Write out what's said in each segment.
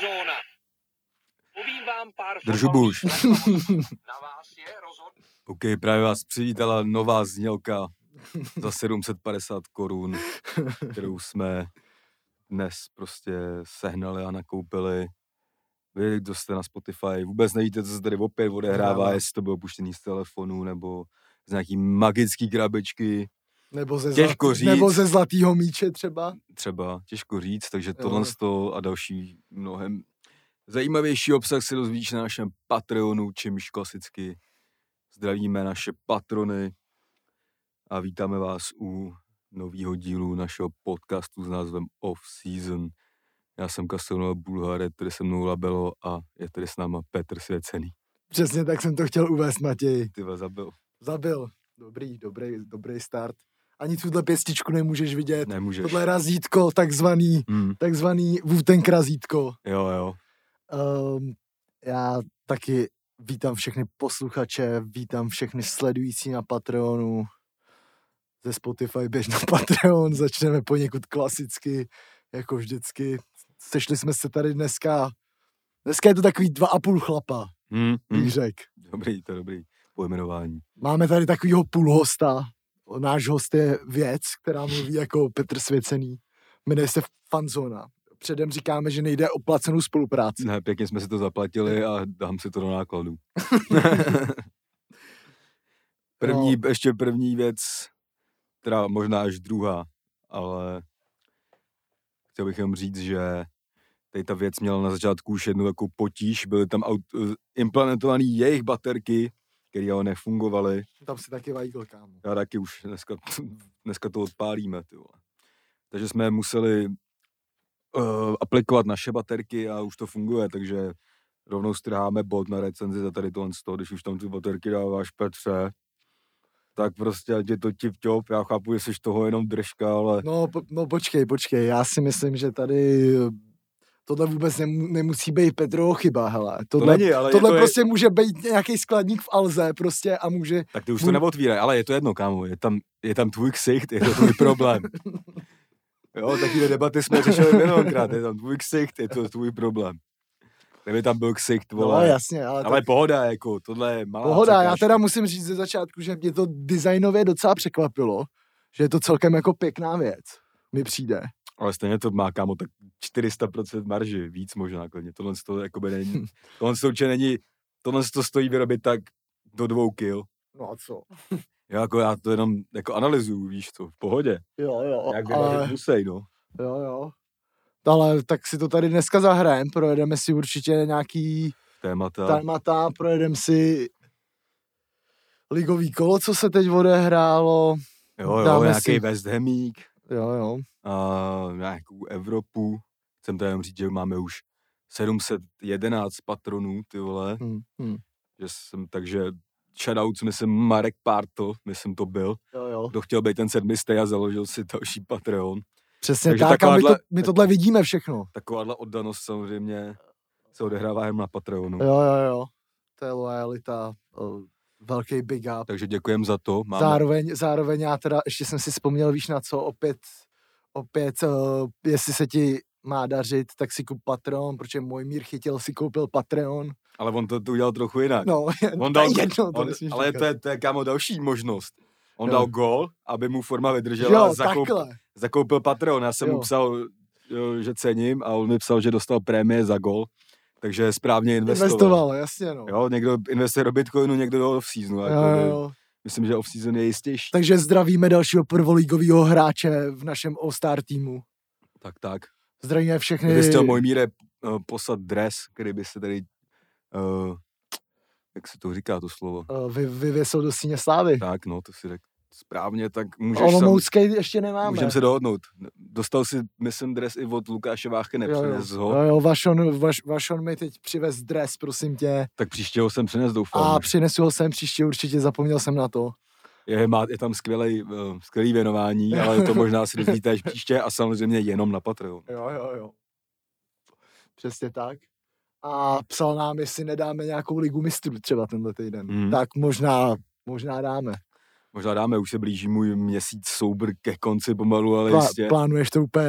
Fanzóna. Povím vám pár Držu buš. Na vás je rozhodnut. OK, právě vás přivítala nová znělka za 750 korun, kterou jsme dnes prostě sehnali a nakoupili. Vy, kdo jste na Spotify, vůbec nevíte, co se tady opět odehrává, jestli to bylo puštěný z telefonu, nebo z nějaký magický krabičky. Nebo ze zlatýho míče třeba. Třeba, těžko říct, takže tohle a další mnohem zajímavější obsah si dozvíš na našem Patreonu, čímž klasicky zdravíme naše patrony a vítáme vás u nového dílu našeho podcastu s názvem Off Season. Já jsem Kastelnova Bulhare, tady se mnou Labelo a je tady s náma Petr Svěcený. Přesně tak jsem to chtěl uvést, Matěj. Ty vás Zabil. Dobrý start. Ani tuhle pěstičku nemůžeš vidět. Nemůžeš. Tohle je razítko, takzvaný Wu-Tang razítko. Jo. Já taky vítám všechny posluchače, vítám všechny sledující na Patreonu. Ze Spotify běž na Patreon, začneme poněkud klasicky, jako vždycky. Sešli jsme se tady dneska. Dneska je to takový 2,5 chlapa, bych řekl. Dobrý pojmenování. Máme tady takovýho půlhosta. Náš host je věc, která mluví jako Petr Svěcený. Jmenuje se Fanzóna. Předem říkáme, že nejde o placenou spolupráci. Ne, pěkně jsme si to zaplatili a dám si to do nákladu. Ještě první věc, teda možná až druhá, ale chtěl bych jen říct, že tady ta věc měla na začátku už jednu jako potíž, byly tam implementované jejich baterky, které ale nefungovaly. Tam si taky vajgl, kámo. Já taky už dneska to odpálíme, ty vole. Takže jsme museli aplikovat naše baterky a už to funguje, takže rovnou strháme bod na recenzi za tady tohle, když už tam ty baterky dáváš, Petře, tak prostě ať je to tip-top, já chápu, že jsi toho jenom držka, ale... No počkej, já si myslím, že tady tohle vůbec nemusí být Petrovo chyba, hele. Tohle prostě může být nějaký skladník v Alze prostě a může... Tak ty už to neotvíraj, ale je to jedno, kámo, je tam tvůj ksicht, je to tvůj problém. Jo, takové debaty jsme řešili mnohokrát, je tam tvůj ksicht, je to tvůj problém. Kdyby tam byl ksicht, vole. No jasně, ale pohoda, jako, tohle je malá pohoda, překážka. Já teda musím říct ze začátku, že mě to designově docela překvapilo, že je to celkem jako pěkná věc, mi přijde. Ale stejně to má, kámo, tak 400% marži, víc možná, klidně. Tohle to jakoby není, tohle to určitě není, tohle to stojí vyrobit tak do 2 kil. No a co? Já to jenom jako analyzuju, víš co, v pohodě. Jo. Jak vyvážet musej, no. Jo. Ale tak si to tady dneska zahrajem, projedeme si určitě nějaký témata, projedeme si ligový kolo, co se teď odehrálo. Jo, nějaký West Hamík. Jo. A nějakou Evropu. Chcem tady jenom říct, že máme už 711 patronů, ty vole. Takže shoutout, myslím, Marek Pártl, myslím to byl. Jo. Kdo chtěl být ten 7. a založil si další Patreon. Přesně tak, a my tohle vidíme všechno. Takováhle oddanost samozřejmě se odehrává jen na Patreonu. Jo. To je lojalita, velký big up. Takže děkujem za to. Zároveň já teda, ještě jsem si vzpomněl, víš na co, opět, jestli se ti má dařit, tak si kup Patreon, protože můj Mír Chytil si koupil Patreon. Ale on to udělal trochu jinak. No, ale to je kámo další možnost. On dal gól, aby mu forma vydržela, zakoupil Patreon. Já jsem mu psal, že cením, a on mi psal, že dostal prémie za gól, takže správně investoval. Jasně, no. Jo, někdo investuje do Bitcoinu, někdo do off-seasonu. Jo. Myslím, že off-season je jistější. Takže zdravíme dalšího prvolígového hráče v našem All-Star týmu. Tak. Zdravíme všechny. Kdyby chtěl můj Míre poslat dres, který by se tady, jak se to říká to slovo? Vyvěsil do síně slávy. Tak, no, to si řekl správně, tak můžeš... Olomouckej ještě nemáme. Můžeme se dohodnout. Dostal si, myslím, dres i od Lukáše Váchy, nepřines ho. Jo, Vašon mi teď přivez dres, prosím tě. Tak příštího jsem přines, doufám. A přinesu ho sem příště, určitě zapomněl jsem na to. Je tam skvělý věnování, ale to možná si dozvíte až příště a samozřejmě jenom na Patreon. Jo. Přesně tak. A psal nám, jestli nedáme nějakou ligu mistrů třeba tenhle týden. Tak možná dáme. Možná dáme, už se blíží můj měsíc soubr ke konci pomalu, ale jistě. Plánuješ to úplně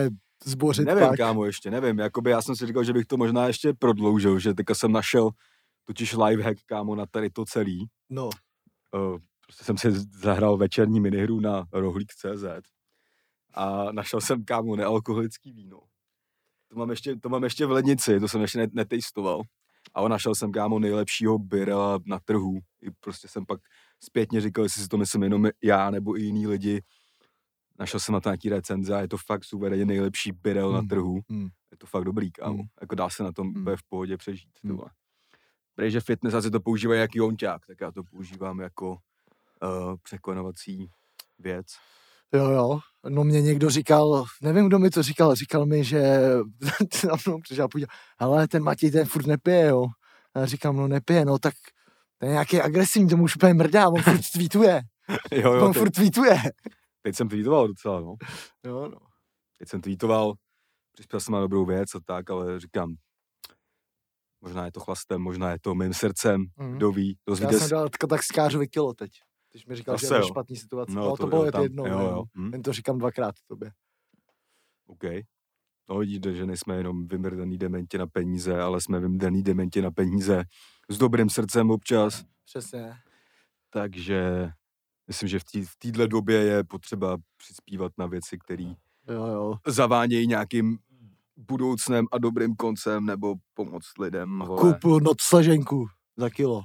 zbořit Nevím, pak. kámo, ještě nevím. Jakoby já jsem si říkal, že bych to možná ještě prodloužil, že teďka jsem našel totiž lifehack, kámo, na tady to celý. No. Prostě jsem si zahrál večerní minihru na rohlík.cz a našel jsem, kámo, nealkoholický víno. To mám ještě v lednici, to jsem ještě netejstoval. A našel jsem, kámo, nejlepšího birela na trhu. I prostě jsem pak zpětně říkal, jestli si to myslím jenom já nebo i jiný lidi. Našel jsem na to nějaký recenze a je to fakt suverénně nejlepší birel na trhu. Je to fakt dobrý, kámo. Jako dá se na tom v pohodě přežít. Protože fitness asi to používají jak jonťák, tak já to používám jako překonovací věc. Jo. No mě někdo říkal, nevím, kdo mi to říkal mi, že na mnou přišel a podíval, hele, ten Matěj, ten furt nepije, jo. A já říkám, no nepije, no tak ten je nějaký agresivní, tomu už úplně mrdá, on furt tweetuje. On furt tweetuje. Teď jsem tweetoval docela, no. Jo, no. Teď jsem tweetoval, přispěl jsem na dobrou věc a tak, ale říkám, možná je to chlastem, možná je to mým srdcem, kdo ví. Já jsem dal taxikářovi kilo teď. Když mi říkal, že je ve špatný situaci. No, to bylo jedno. Jo. Jen to říkám dvakrát tobě. OK. No vidíte, že nejsme jenom vymrdaný dementi na peníze, ale jsme vymrdaný dementi na peníze s dobrým srdcem občas. Přesně. Takže myslím, že v této době je potřeba přispívat na věci, které zavánějí nějakým budoucnem a dobrým koncem, nebo pomoct lidem. Kupu nocleženku za kilo.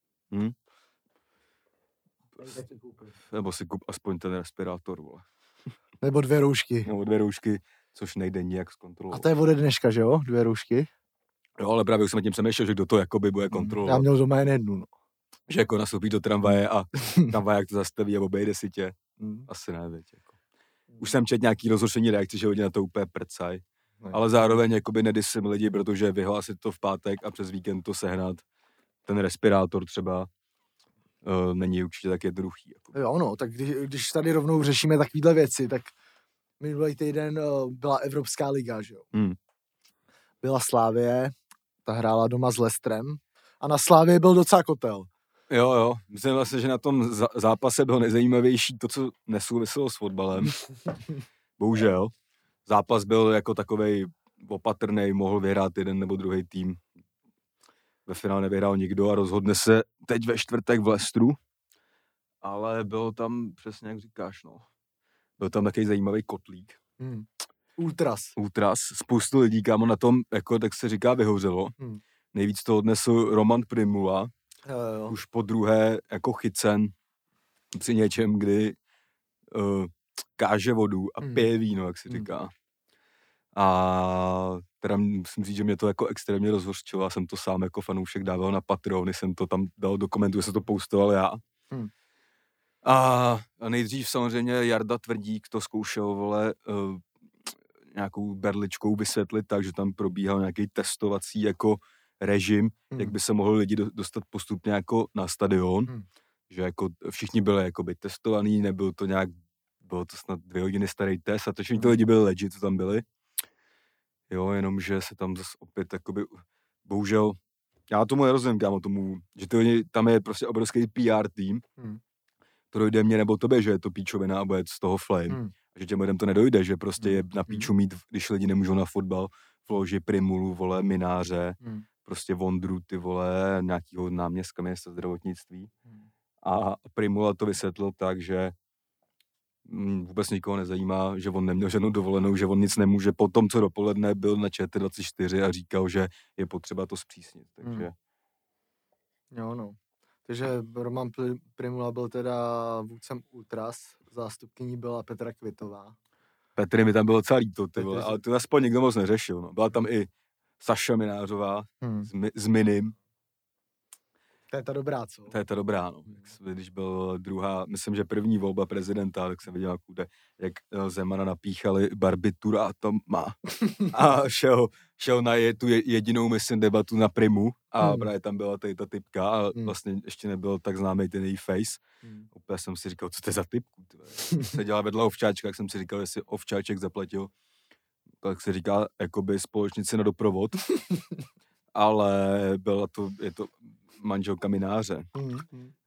Nebo si kup aspoň ten respirátor, vole. Nebo 2 roušky. Nebo 2 roušky, což nejde nijak zkontrolovat. A to je ode dneška, že jo? 2 roušky? Jo, ale právě už jsem tím přemýšlel, že kdo to jakoby bude kontrolovat. Já měl doma jen jednu, no. Že jako nastoupí do tramvaje a tramvaják to zastaví a obejde si tě. Asi ne, věď, jako. Už jsem četl nějaký rozhořčení reakci, že hodně na to úplně prcaj. Ale zároveň jakoby nedysím lidi, protože vyhlásit to v pátek a přes víkend to sehnat. Ten respirátor třeba není určitě tak jednoduchý. Jako. Jo, no, tak když tady rovnou řešíme takovýhle věci, tak minulý týden byla Evropská liga, že jo. Byla Slavie, ta hrála doma s Leicesterem a na Slavii byl docela kotel. Jo, myslím vlastně, že na tom zápase bylo nejzajímavější to, co nesouviselo s fotbalem. Bohužel. Zápas byl jako takovej opatrnej, mohl vyhrát jeden nebo druhý tým. Ve finále nevyhrál nikdo a rozhodne se teď ve čtvrtek v Leicesteru. Ale bylo tam, přesně jak říkáš, no. Byl tam takový zajímavý kotlík. Ultras. Spoustu lidí, kámo, na tom, jako tak se říká, vyhořelo. Nejvíc to odnesl Roman Primula. Jo. Už po druhé jako chycen při něčem, kdy káže vodu a pije víno, jak se říká. A teda musím říct, že mě to jako extrémně rozhořčilo. Já jsem to sám jako fanoušek dával na Patreony, jsem to tam dal do komentu, že jsem to postoval já. A nejdřív samozřejmě Jarda Tvrdík to zkoušel, vole, nějakou berličkou vysvětlit tak, že tam probíhal nějaký testovací jako režim, jak by se mohli lidi dostat postupně jako na stadion, že jako všichni byli jakoby testovaný, bylo to snad 2 hodiny starý test a to všichni lidi byli legit, co tam byli. Jo, jenomže se tam zase opět jakoby, bohužel, já tomu nerozumím, kámo, tomu, že tam je prostě obrovský PR tým, to dojde mně nebo tobě, že je to píčovina a bude z toho flame, a že těm lidem to nedojde, že prostě je na píču mít, když lidi nemůžou na fotbal, v loži Primulu, vole, Mináře, prostě Vondru, ty vole, nějakýho náměstka ministra zdravotnictví. A Primula to vysvětlil tak, že vůbec nikoho nezajímá, že on neměl žádnou dovolenou, že on nic nemůže. Po tom, co dopoledne byl na ČT24 a říkal, že je potřeba to zpřísnit. Takže... Jo, no. Takže Roman Primula byl teda vůdcem Ultras, zástupkyní byla Petra Kvitová. Petry mi tam bylo celý to, ty vole, ale to aspoň nikdo moc neřešil. No. Byla tam i Saša Minářová s Minim. To je ta dobrá, co? To je ta dobrá, no. Když byl myslím, že první volba prezidenta, tak jsem viděl, jak Zemana napíchali barbitura a to má. A šel na tu jedinou, myslím, debatu na Primu a právě tam byla tady ta typka a vlastně ještě nebyl tak známý ten její face. Úplně jsem si říkal, co to je za typku? Seděla vedle Ovčáčka, jak jsem si říkal, jestli Ovčáček zaplatil, tak se říká, jakoby společnici na doprovod. Ale je to manželka Mináře,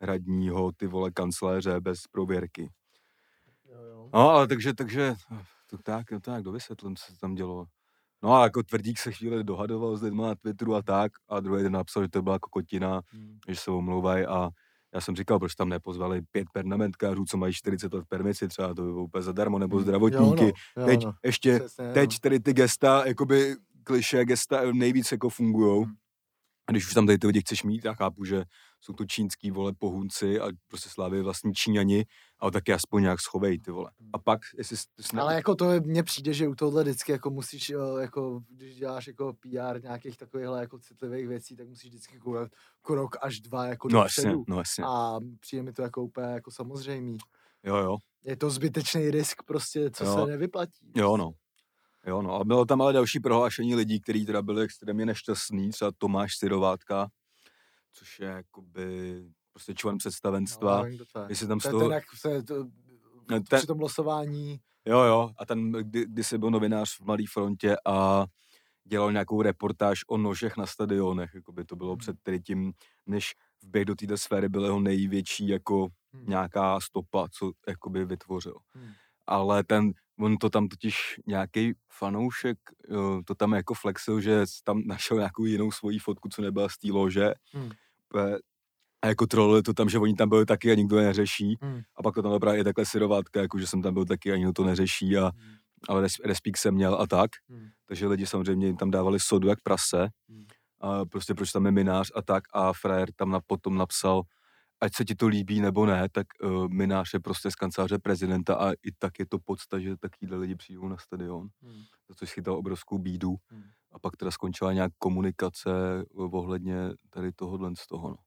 radního, ty vole, kancléře bez prověrky. Jo. No, ale takže To tak dovysvětlím, co se tam dělo. No a jako Tvrdík se chvíli dohadoval s lidma na Twitteru a tak a druhý den napsal, že to byla kokotina, že se omlouvají a já jsem říkal, proč tam nepozvali 5 pernamentkářů, co mají 40 let permici, třeba to by bylo úplně zadarmo, nebo zdravotníky. Teď tady ty gesta, jakoby klišé gesta nejvíc jako fungujou. A když už tam tady ty lidi chceš mít, já chápu, že jsou to čínský, vole, pohunci a prostě Slávy vlastní Číňani, ale taky aspoň nějak schovej, ty vole. A pak, jestli... Ale jako to mně přijde, že u tohohle vždycky jako musíš, jako když děláš jako PR nějakých takovýchhle jako citlivých věcí, tak musíš vždycky koukat krok až 2 jako dopředu. No jasně. A přijde mi to jako úplně jako samozřejmý. Jo. Je to zbytečný risk prostě, co se nevyplatí. Jo, no. A bylo tam ale další prohlášení lidí, kteří teda byli extrémně nešťastní, třeba Tomáš Syrovátka, což je jakoby prostě člen představenstva. No, jestli tam při tom losování. Jo, a ten kdysi byl novinář v Mladé frontě a dělal nějakou reportáž o nožech na stadionech, jakoby to bylo před tím, než vběh do této sféry byl jeho největší jako nějaká stopa, co jakoby vytvořil. Ale on to tam totiž nějaký fanoušek to tam jako flexil, že tam našel nějakou jinou svoji fotku, co nebyla z té lože. A jako trolili to tam, že oni tam byli taky a nikdo je neřeší. A pak to tam byla právě takhle Syrovátka, jako že jsem tam byl taky a nikdo to neřeší. Ale respík jsem měl a tak. Takže lidi samozřejmě jim tam dávali sodu jak prase. A prostě proč tam je minář a tak. A frajer tam potom napsal, ať se ti to líbí nebo ne, tak minář je prostě z kanceláře prezidenta a i tak je to podsta, že takovýhle lidi přijdou na stadion. Za což schytal obrovskou bídu. A pak teda skončila nějak komunikace ohledně tady tohohle z toho. No.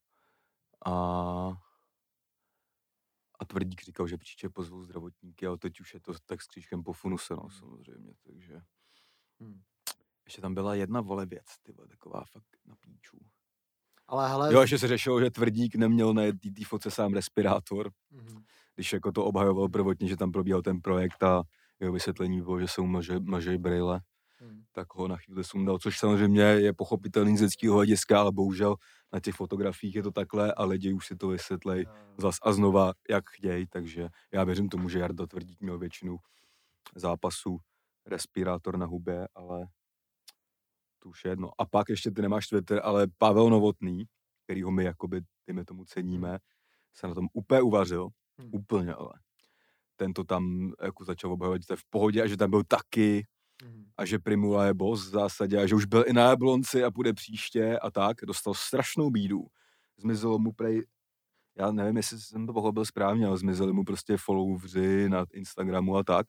A Tvrdík říkal, že příště pozvou zdravotníky, ale teď už je to tak s křížkem po funuse, no, samozřejmě, takže... Ještě tam byla jedna věc, tyhle, taková fakt na píču. Ale hele... Jo, ještě se řešilo, že Tvrdík neměl na té fotce sám respirátor, když jako to obhajoval prvotně, že tam probíhal ten projekt a jeho vysvětlení bylo, že jsou mlžej brejle, tak ho na chvíli sundal, což samozřejmě je pochopitelný z lidského hlediska, ale bohužel na těch fotografiích je to takhle a lidi už si to vysvětlej zas a znova, jak chtějí, takže já věřím tomu, že Jarda Tvrdík měl většinu zápasů respirátor na hubě, ale to už je jedno. A pak ještě ty nemáš Twitter, ale Pavel Novotný, kterýho my jakoby, my tomu ceníme, se na tom úplně uvařil, úplně, ale ten to tam jako začal obhajovat, že to je v pohodě a že tam byl taky a že Primula je boss v zásadě a že už byl i na Jablonci a půjde příště a tak. Dostal strašnou bídu. Zmizelo mu já nevím, jestli jsem to pochopil správně, ale zmizeli mu prostě followři na Instagramu a tak.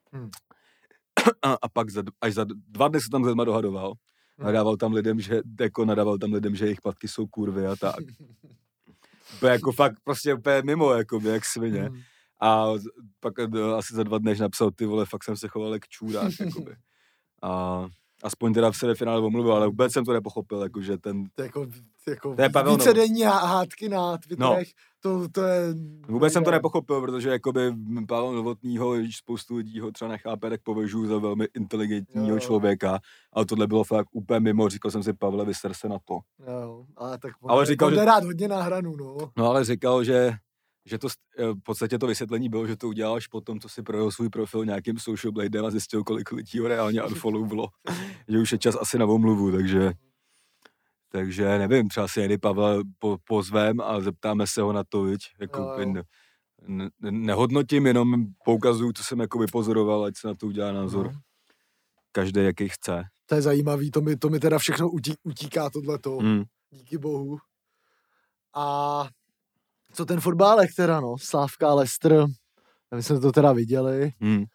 A pak až za 2 dny se tam s lidma dohadoval. Nadával tam lidem, že jejich patky jsou kurvy a tak. To jako fakt prostě úplně mimo, jako jak svině. A pak asi za 2 dny napsal, ty vole, fakt jsem se choval jak čůrák, jakoby. A aspoň teda se ve finále omluvil, ale vůbec jsem to nepochopil, jakože ten... To je vícedenní hádky na Twitterech, to je... Vůbec jsem to nepochopil, protože jakoby Pavel Novotnýho, když spoustu lidí ho třeba nechápe, tak považuji za velmi inteligentního člověka, ale tohle bylo fakt úplně mimo, říkal jsem si, Pavle, vyser se na to. Jo, ale tak on jde rád hodně na hranu, no. No ale říkal, že to v podstatě to vysvětlení bylo, že to udělal až potom, co si projel svůj profil nějakým social bladem a zjistil, kolik lidí ho reálně unfollowbylo. Že už je čas asi na omluvu, takže nevím, třeba si někdy Pavla pozvem a zeptáme se ho na to, viď? Jako nehodnotím, jenom poukazuju, co jsem jako vypozoroval, ať se na to udělá názor. Každý, jaký chce. To je zajímavý, to mi teda všechno utíká tohleto. Díky bohu. A co ten fotbálek teda, no? Slávka, Leicester, my jsme to teda viděli.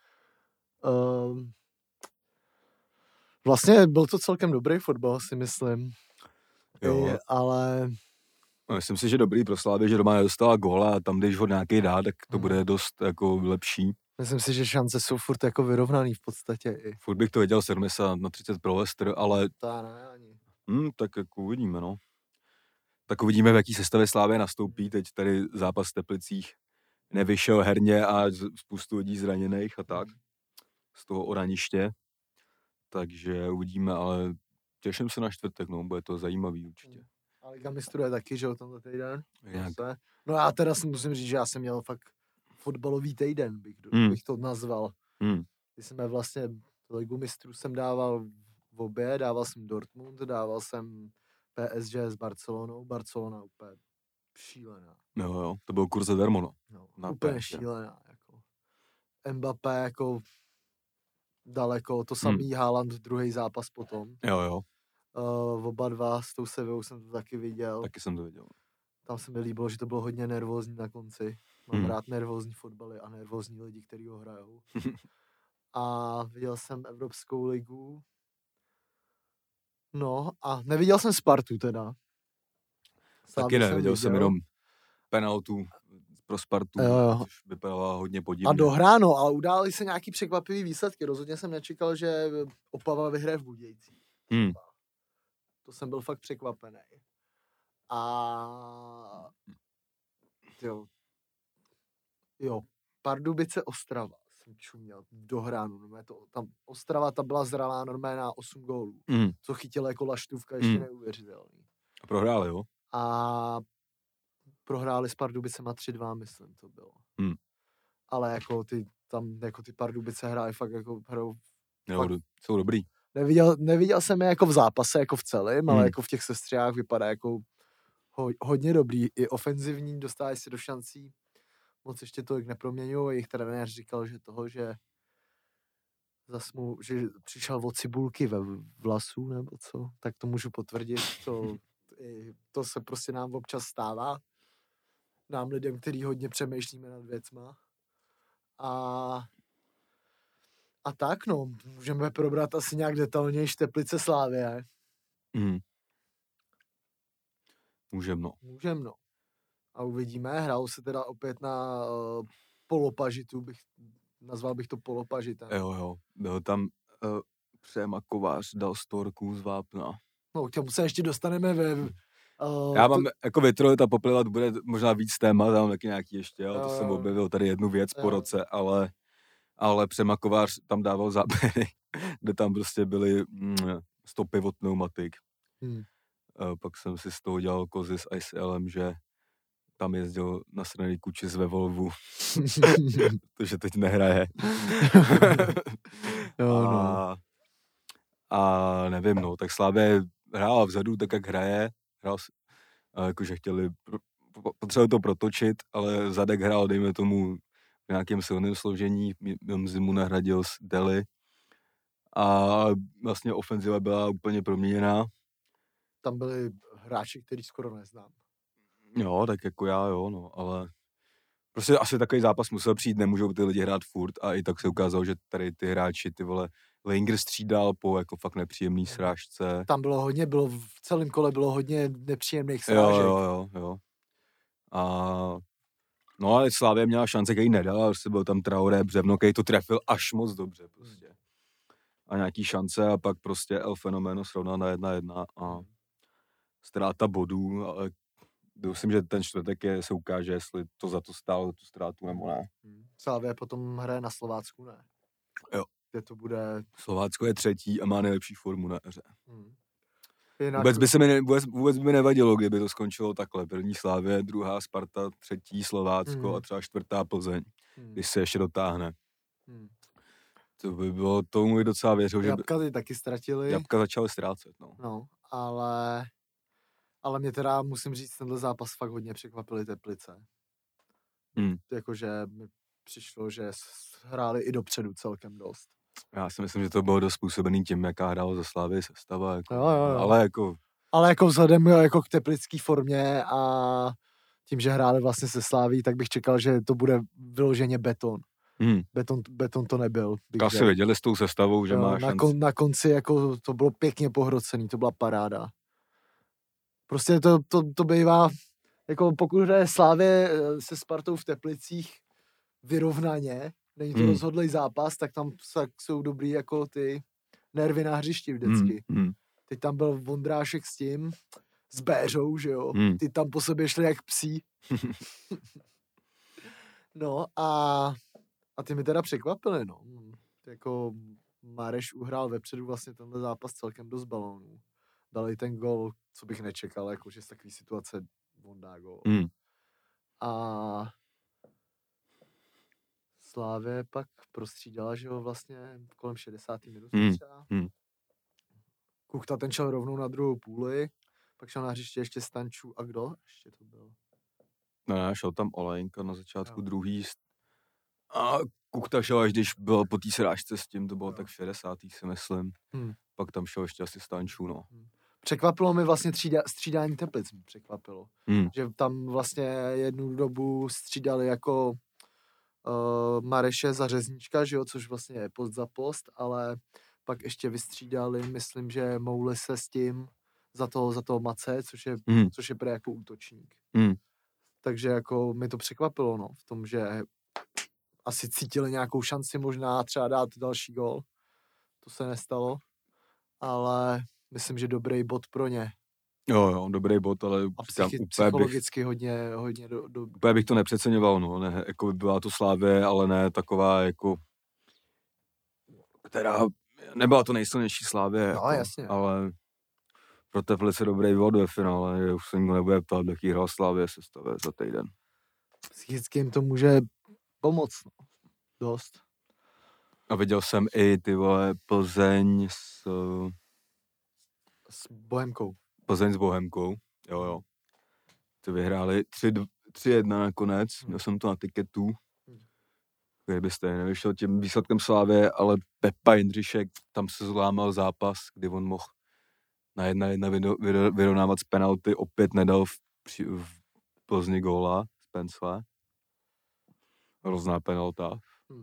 Vlastně byl to celkem dobrý fotbal, si myslím. Jo. Ale... No, myslím si, že dobrý pro Slávy, že doma nedostala góla a tam, když ho nějaký dá, tak to bude dost jako lepší. Myslím si, že šance jsou furt jako vyrovnaný v podstatě. Furt bych to věděl 70-30 pro Leicester, ale... To ne, ani. Tak jako uvidíme, no. Tak uvidíme, v jaký sestavě Slávy nastoupí. Teď tady zápas v Teplicích nevyšel herně a spoustu lidí zraněných a tak. Z toho oraniště. Takže uvidíme, ale těším se na čtvrtek, no, bude to zajímavý určitě. A Liga mistrů je taky, že o tomto týden? No já teda si musím říct, že já jsem měl fakt fotbalový týden, bych to nazval. Ty jsme vlastně, Ligu mistrů jsem dával v obě, dával jsem Dortmund, dával jsem PSG s Barcelonou, Barcelona úplně šílená. Jo, to byl kurz zadarmo, no. No, Na úplně PSG. šílená, jako. Mbappé jako daleko, to samý Haaland druhý zápas potom. Jo, Oba dva s tou Sevillou jsem to taky viděl. taky jsem to viděl. Tam se mi líbilo, že to bylo hodně nervózní na konci. Mám Hmm. rád nervózní fotbaly a nervózní lidi, kteří ho hrajou. A viděl jsem Evropskou ligu. No a neviděl jsem Spartu teda. Taky ne, viděl jsem jenom penaltu pro Spartu, Jo. což vypadalo hodně podivně. A dohráno, ale udály se nějaký překvapivý výsledky. Rozhodně jsem nečekal, že Opava vyhraje v Budějcích. To jsem byl fakt překvapený. A jo, Pardubice Ostrava jsem čuměl dohránu. Tam Ostrava ta byla zralá normálně na 8 gólů. Co chytila jako laštůvka, ještě neuvěřitelný. A prohráli, jo? A prohráli s Pardubicema 3-2, myslím, to bylo. Ale jako ty Pardubice hrají fakt jako hrajou. Jsou dobrý. Neviděl jsem je jako v zápase, jako v celém, ale jako v těch sestřihách vypadá jako hodně dobrý. I ofenzivní, dostávají se do šancí. Moc ještě tolik neproměňují. Jejich trenér říkal, že že přišel od cibulky ve vlasu, nebo co, tak to můžu potvrdit. To se prostě nám občas stává. Nám lidem, který hodně přemýšlíme nad věcma. A tak, no, můžeme probrat asi nějak detailnější Teplice Slavie. Můžem, no. A uvidíme, hrál se teda opět na polopažitu, nazval bych to polopažitem. Jo, byl tam Přema Kovář, dal storku z vápna. No, k tomu se ještě dostaneme já mám jako vytrolit a poplivat, bude možná víc témat, tam taky nějaký ještě, jo, to jsem objevil tady jednu věc po roce, ale Přema Kovář tam dával záběry, kde tam prostě byly stopy od pneumatik. Pak jsem si z toho dělal kozy s ICLem, že tam jezdil na straně Kučis ve Volvu, protože teď nehraje. A nevím, no, tak Slavie hrála vzadu, tak jak hraje, jakože potřebovali to protočit, ale zadek hrál, dejme tomu, v nějakém silném složení, zimu nahradil s Deli a vlastně ofenziva byla úplně proměněná. Tam byli hráči, který skoro neznám. Jo, tak jako já, jo, no, ale prostě asi takový zápas musel přijít, nemůžou ty lidi hrát furt a i tak se ukázalo, že tady ty hráči, ty vole, Langer střídal po jako fakt nepříjemný srážce. Tam v celém kole bylo hodně nepříjemných srážek. Jo. A no ale Slavie měla šance, který nedal, prostě byl tam Traoré, Břevno, který to trefil až moc dobře prostě. A nějaký šance a pak prostě El Fenomeno srovnal na 1-1 a ztráta bodů, ale myslím, že ten čtvrtek se ukáže, jestli to za to stálo, tu ztrátu nebo ne. Slavie potom hraje na Slovácku, ne? Jo. Kde to bude... Slovácko je třetí a má nejlepší formu na eře. Jinak... Vůbec by mi nevadilo, kdyby to skončilo takhle. První Slavie, druhá Sparta, třetí Slovácko a třeba čtvrtá Plzeň, když se ještě dotáhne. To by bylo, tomu i docela věřil, že... Jabka ty taky ztratili. Jabka začaly ztrácet, no. No, ale mě teda, musím říct, tenhle zápas fakt hodně překvapily Teplice. Jakože mi přišlo, že hráli i dopředu celkem dost. Já si myslím, že to bylo dost způsobený tím, jaká hrála za Slavii sestava. Jako, jo. Ale jako vzhledem jako k teplické formě a tím, že hráli vlastně se Slaví, tak bych čekal, že to bude vyloženě beton. Beton to nebyl. Asi věděli s tou sestavou, že má šanci. Na konci jako to bylo pěkně pohrocený, to byla paráda. Prostě to bývá, jako pokud hraje Slávě se Spartou v Teplicích vyrovnaně, není to rozhodlý zápas, tak tam jsou dobrý jako ty nervy na hřišti vždycky. Teď tam byl Vondrášek s Béřou, že jo? Ty tam po sobě šli jak psí. No a ty mi teda překvapily, no. Jako Mareš uhrál vepředu vlastně tenhle zápas celkem dost balónů. Dali ten gol, co bych nečekal, jakože z takové situace on dá gol. A Slávě pak prostřídala, že jo, vlastně kolem 60. minuty třeba. Kuchta ten šel rovnou na druhou půli, pak šel na hřiště ještě Stančů a kdo? Ještě to byl. Ne, šel tam Olejnka na začátku druhý a Kuchta šel, až když byl po té srážce s tím, to bylo tak v 60. si myslím. Pak tam šel ještě asi Stančů, no. Překvapilo mi vlastně střídání Teplic, mě překvapilo. Že tam vlastně jednu dobu střídali jako Mareše za Řeznička, že jo, což vlastně je post za post, ale pak ještě vystřídali, myslím, že Mouli se s tím za toho Mace, což je prý jako útočník. Takže jako mi to překvapilo, no, v tom, že asi cítili nějakou šanci možná třeba dát další gól. To se nestalo, ale myslím, že dobrý bod pro ně. Jo, dobrý bod, ale a psychologicky hodně úplně bych to nepřeceňoval, no, ne, jako by byla to Slávě, ale ne taková jako, která, nebyla to nejsilnější Slávě, no, jako, jasně. Ale pro Teplice dobrý bod ve finále, už se nikdo nebude ptát, jaký hrál Slávě sestave za týden. Psychicky jim to může pomoct, no. Dost. A viděl jsem i ty vole Plzeň s Bohemkou. Plzeň s Bohemkou, jo. Ty vyhráli 3-1 nakonec, měl jsem to na tiketu. Kdybyste nevyšel tím výsledkem Slávě, ale Pepa Jindřišek, tam se zlámal zápas, kdy on mohl na 1-1 vyrovnávat z penalty, opět nedal v Plzni góla z Pencle. Hrozná penalta.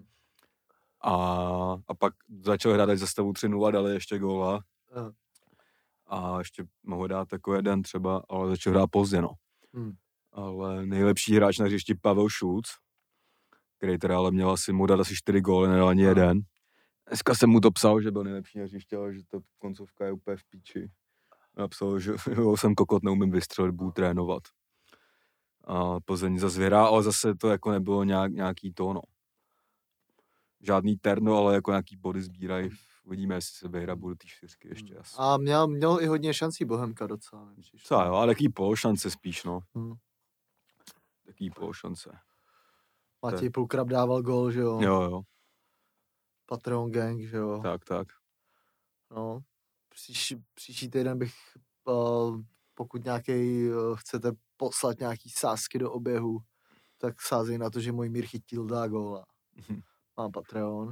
A pak začal hrát za stavu 3-0, dali ještě góla. A ještě mohl dát takový jeden třeba, ale začal hrát pozdě, no. Ale nejlepší hráč na hřišti Pavel Šulc, který teda ale měl asi mu dát asi 4 góly, nedal ani jeden. Dneska jsem mu to psal, že byl nejlepší na hřiště, ale že ta koncovka je úplně v píči. Napsal, že jsem kokot, neumím vystřelit, budu trénovat. A Plzeň zase vyhrál, ale zase to jako nebylo nějaký to, no. Žádný terno, ale jako nějaký body sbírají. Uvidíme, jestli se vyhrá, budou ty 4 ještě asi. A měl i hodně šancí Bohemka docela. Co jo, ale taký pološance spíš, no. Taký pološance. Matěj Pulkrab dával gól, že jo? Jo. Patreon Gang, že jo? Tak. No, příští týden bych, pokud chcete poslat nějaký sázky do oběhu, tak sázej na to, že můj Mír Chytil dá góla. Mám Patreon.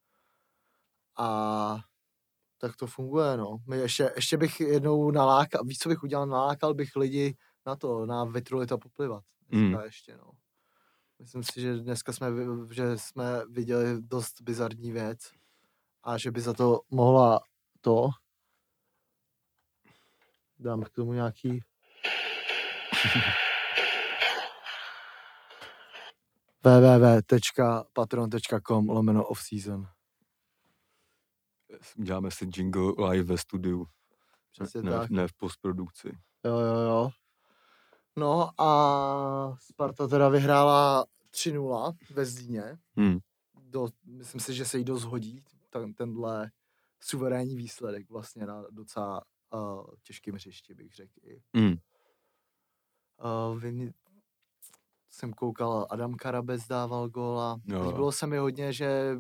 A tak to funguje, no. Ještě bych jednou víc, co bych udělal, nalákal bych lidi na vytrulit a poplivat. Ještě, no. Myslím si, že dneska jsme viděli dost bizarní věc a že by za to mohla dám k tomu nějaký www.patreon.com/offseason. Děláme si jingle live ve studiu. Ne v postprodukci. Jo. No a Sparta teda vyhrála 3-0 ve Zlíně. Myslím si, že se jí dost hodí tenhle suverénní výsledek vlastně na docela těžkým hřišti, bych řekl. Jsem koukal, Adam Karabec dával góla. Líbilo se mi hodně, že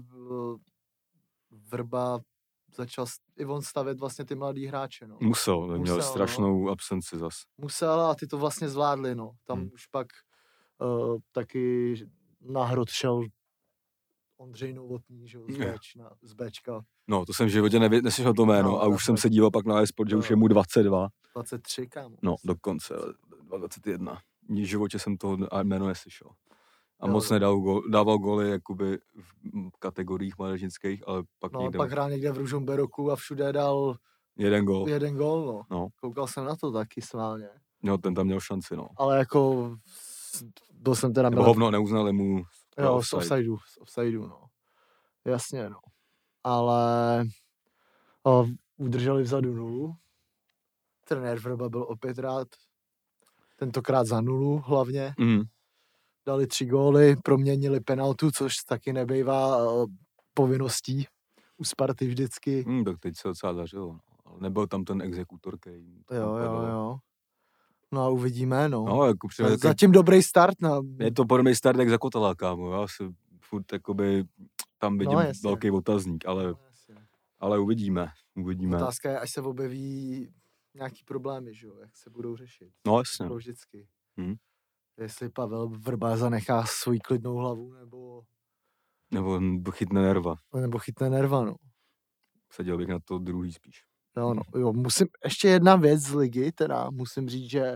Vrba začal i on stavět vlastně ty mladý hráče, no. Měl strašnou absenci zas. Musel a ty to vlastně zvládli, no. Tam už pak taky na hrot šel Ondřej Novotný, že jo, z Bčka. No, to jsem v životě neslyšel to jméno a už jsem se díval pak na iSport, že už je mu 22. 23, kámo. No, dokonce, 21. V životě jsem toho jméno neslyšel. A moc dával góly jakoby v kategoriích mládežnických, ale pak někde... pak hrál někde v Ružomberoku a všude dal jeden gól, no. Koukal jsem na to taky sválně. No, ten tam měl šanci, no. Ale jako byl jsem teda... Hovno, neuznali mu z offsideu, no. Jasně, no. Ale udrželi vzadu 0. Trenér Vrba byl opět rád. Tentokrát za 0 hlavně. Dali 3 góly, proměnili penaltu, což taky nebejvá povinností u Sparty vždycky. Tak teď se docela dařilo. Ale nebyl tam ten exekutor, který... Jo. No a uvidíme, no. Jako zatím dobrý start. Je to podobný start jak za Kotela, kámo. Já si furt jakoby tam vidím jasně. velký otazník, ale uvidíme. Otázka je, až se objeví nějaký problémy, že jo, jak se budou řešit. No jasně. To vždycky. Hmm. Jestli Pavel Vrba zanechá svoji klidnou hlavu, Nebo chytne nerva. Nebo chytne nerva, no. Seděl bych na to druhý spíš. No, ještě jedna věc z ligy, teda musím říct, že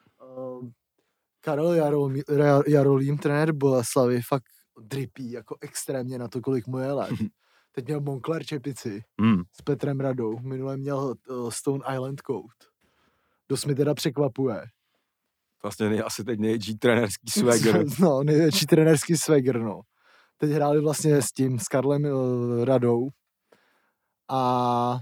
Karel Jarolím, trenér Boleslavy, fakt dripí jako extrémně na to, kolik mu je let. Teď měl Moncler čepici s Petrem Radou, minule měl Stone Island coat. Dost mi teda překvapuje. Vlastně asi teď největší trenérský swagger. No, největší trenérský swagger, no. Teď hráli vlastně s Karlem Radou a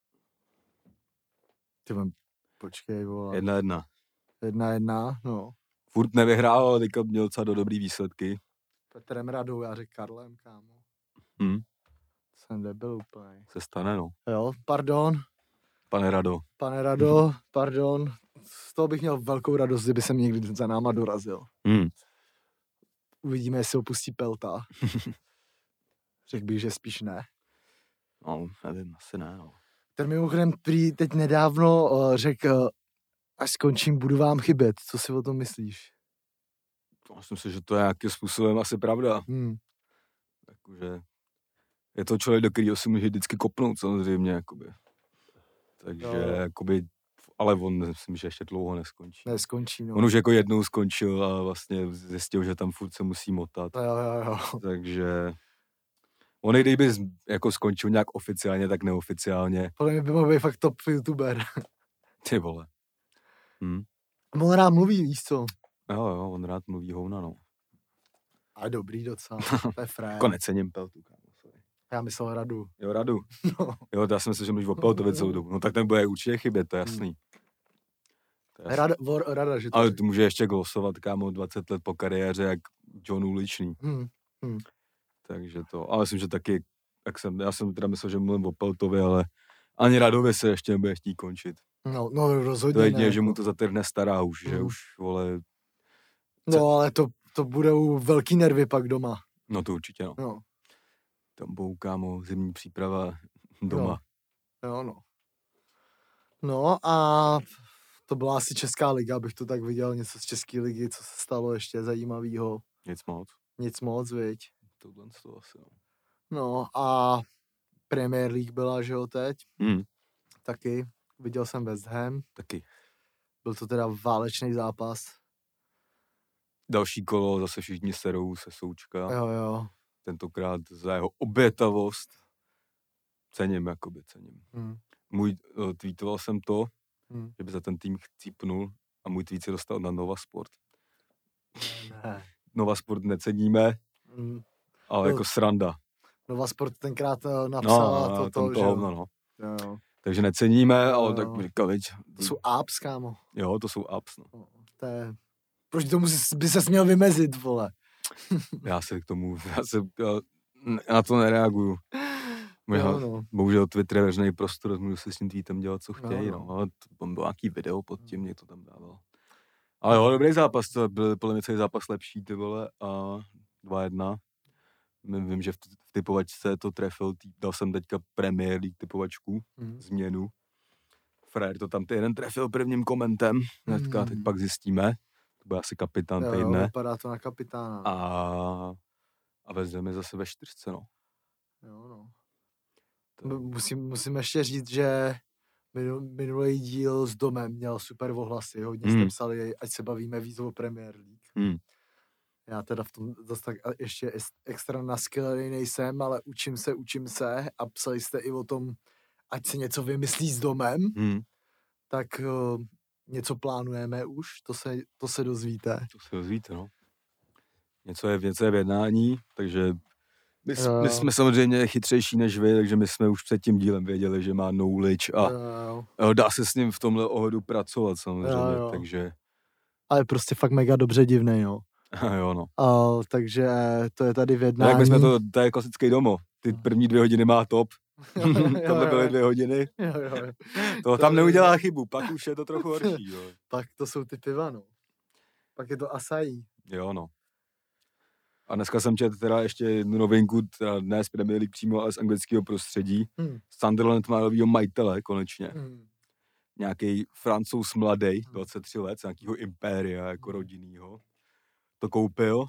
počkej, vole. 1-1. 1-1, no. Furt nevyhrál, ale teďka měl docela do dobrý výsledky. Petrem Radou, já řekl Karlem, kámo. Jsem debil úplně. Se stane, no. Jo, pardon. Pane Rado, pardon. Z toho bych měl velkou radost, kdyby se někdy za náma dorazil. Uvidíme, jestli opustí Pelta. Řekl bych, že spíš ne. No, nevím, asi ne, no. Ten mimochodem prý teď nedávno řekl, až skončím, budu vám chybět. Co si o tom myslíš? Myslím si, že to je nějakým způsobem asi pravda. Takže je to člověk, do kterého si může vždycky kopnout, samozřejmě, jakoby. Takže, jakoby, ale on myslím, že ještě dlouho neskončí. Neskončí, no. On už jako jednou skončil a vlastně zjistil, že tam furt se musí motat. Jo. Takže on kdyby jako skončil nějak oficiálně, tak neoficiálně. Podle mě by mohl být fakt top youtuber. Ty vole. On rád mluví, víš co? Jo, on rád mluví houna, no. A dobrý docela, to je frér. Jako necením Peltu, kámo. Já myslel Radu. Jo, Radu. No. Jo, já si myslím, že mluvíš o Peltovi celou dobu. No tak ten bude určitě chybět, to je jasný. Rada, že to ale tu může ještě glosovat, kámo, 20 let po kariéře, jak John Uličný. Takže to, ale myslím, že taky, já jsem teda myslel, že mluvím o Peltovi, ale ani Radovi se ještě nebude chtít končit. No rozhodně to je jedině, že mu to zatrhne stará už, že už, vole... No, ale to budou velký nervy pak doma. No to určitě, no. Tam budou, kámo, zimní příprava doma. Jo, no. No a to byla asi Česká liga, abych to tak viděl, něco z České ligy, co se stalo ještě zajímavého. Nic moc, viď? Tohle z toho asi, no. No a Premier League byla, že jo, teď? Taky. Viděl jsem West Ham. Taky. Byl to teda válečný zápas. Další kolo, zase všichni serou se Součka. Jo. Tentokrát za jeho obětavost. Cením. Tweetoval jsem to, že by za ten tým chcípnul a můj tweet se dostal na Nova Sport. Ne. Nova Sport neceníme, ale jako sranda. Nova Sport tenkrát napsala to, že jo. Jo. Takže neceníme, ale tak říkal, viď. To jsou apps, kámo. Jo, to jsou apps, no. To je... Proč tomu by ses měl vymezit, vole? Já na to nereaguju. Bohužel Twitter je veřejný prostor, můžu si s tím tweetem dělat, co chtějí, no. Ale tam byl nějaký video pod tím, někdo tam dával. Ale jo, dobrý zápas, to byl podle mě celý zápas lepší, ty vole, a 2-1. Vím, že v typovačce to trefil, dal jsem teďka Premier League typovačku, změnu. Frér to tam jeden trefil prvním komentem, hnedka, teď pak zjistíme. To byl asi kapitán týdne. Jo, vypadá to na kapitána. A vezmeme zase ve 4, no. Jo, no. Musím ještě říct, že minulý díl s Domem měl super ohlasy. Hodně jste psali, ať se bavíme víc o Premier League. Já teda v tom zase tak ještě extra naskyllený nejsem, ale učím se a psali jste i o tom, ať se něco vymyslí s Domem, tak něco plánujeme už, to se dozvíte. To se dozvíte, no. Něco je v jednání, takže my jsme samozřejmě chytřejší než vy, takže my jsme už před tím dílem věděli, že má knowledge a dá se s ním v tomhle ohledu pracovat samozřejmě, takže... Ale prostě fakt mega dobře divnej, jo. Jo, no. Takže to je tady v jednání. Jak my jsme to je klasický domo. Ty první 2 hodiny má top. Tohle byly 2 hodiny. Jo. To tam neudělá chybu, pak už je to trochu horší, jo. Pak to jsou ty piva, no. Pak je to Asahi. Jo, no. A dneska jsem četl teda ještě jednu novinku, teda ne z Premier League přímo, ale z anglického prostředí. Sunderland má novýho majitele konečně. Nějaký Francouz mladý, 23 let, z nějakého impéria jako rodinnýho. To koupil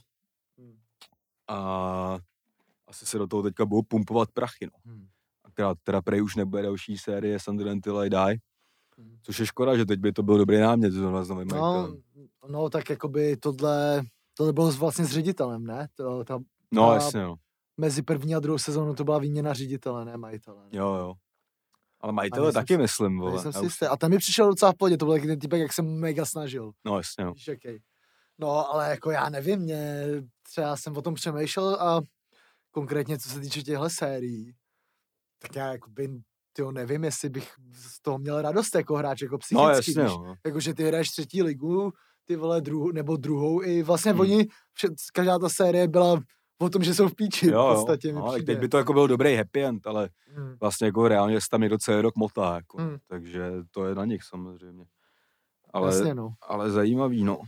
a asi se do toho teďka budou pumpovat prachy, no. A teda prej už nebude další série Sunderland Till I Die, což je škoda, že teď by to byl dobrý námět s novým majitelem. No, tak jakoby tohle bylo vlastně s ředitelem, ne? No, jasně, no. Mezi první a druhou sezónu to byla výměna ředitele, ne majitele. Ne? Jo. Ale majitele taky myslím, vole. Nejsem si jistý. A ten mi přišel docela v pohodě, to byl taky ten typek, jak jsem mega snažil. No, jasně, no. Víš, jaký. No, ale jako já nevím, třeba jsem o tom přemýšlel a konkrétně co se týče těchto sérií, tak já jakoby, nevím, jestli bych z toho měl radost jako hráč, jako psychicky. No, jasně, no. Jakože ty hraješ třetí ligu, ty vole druhou i vlastně oni, každá ta série byla o tom, že jsou v píči, v podstatě mi přijde. Teď by to jako byl dobrý happy end, ale vlastně jako reálně se tam někdo celý rok motá, jako. Takže to je na nich samozřejmě. Ale, jasně, no. Ale zajímavý, no.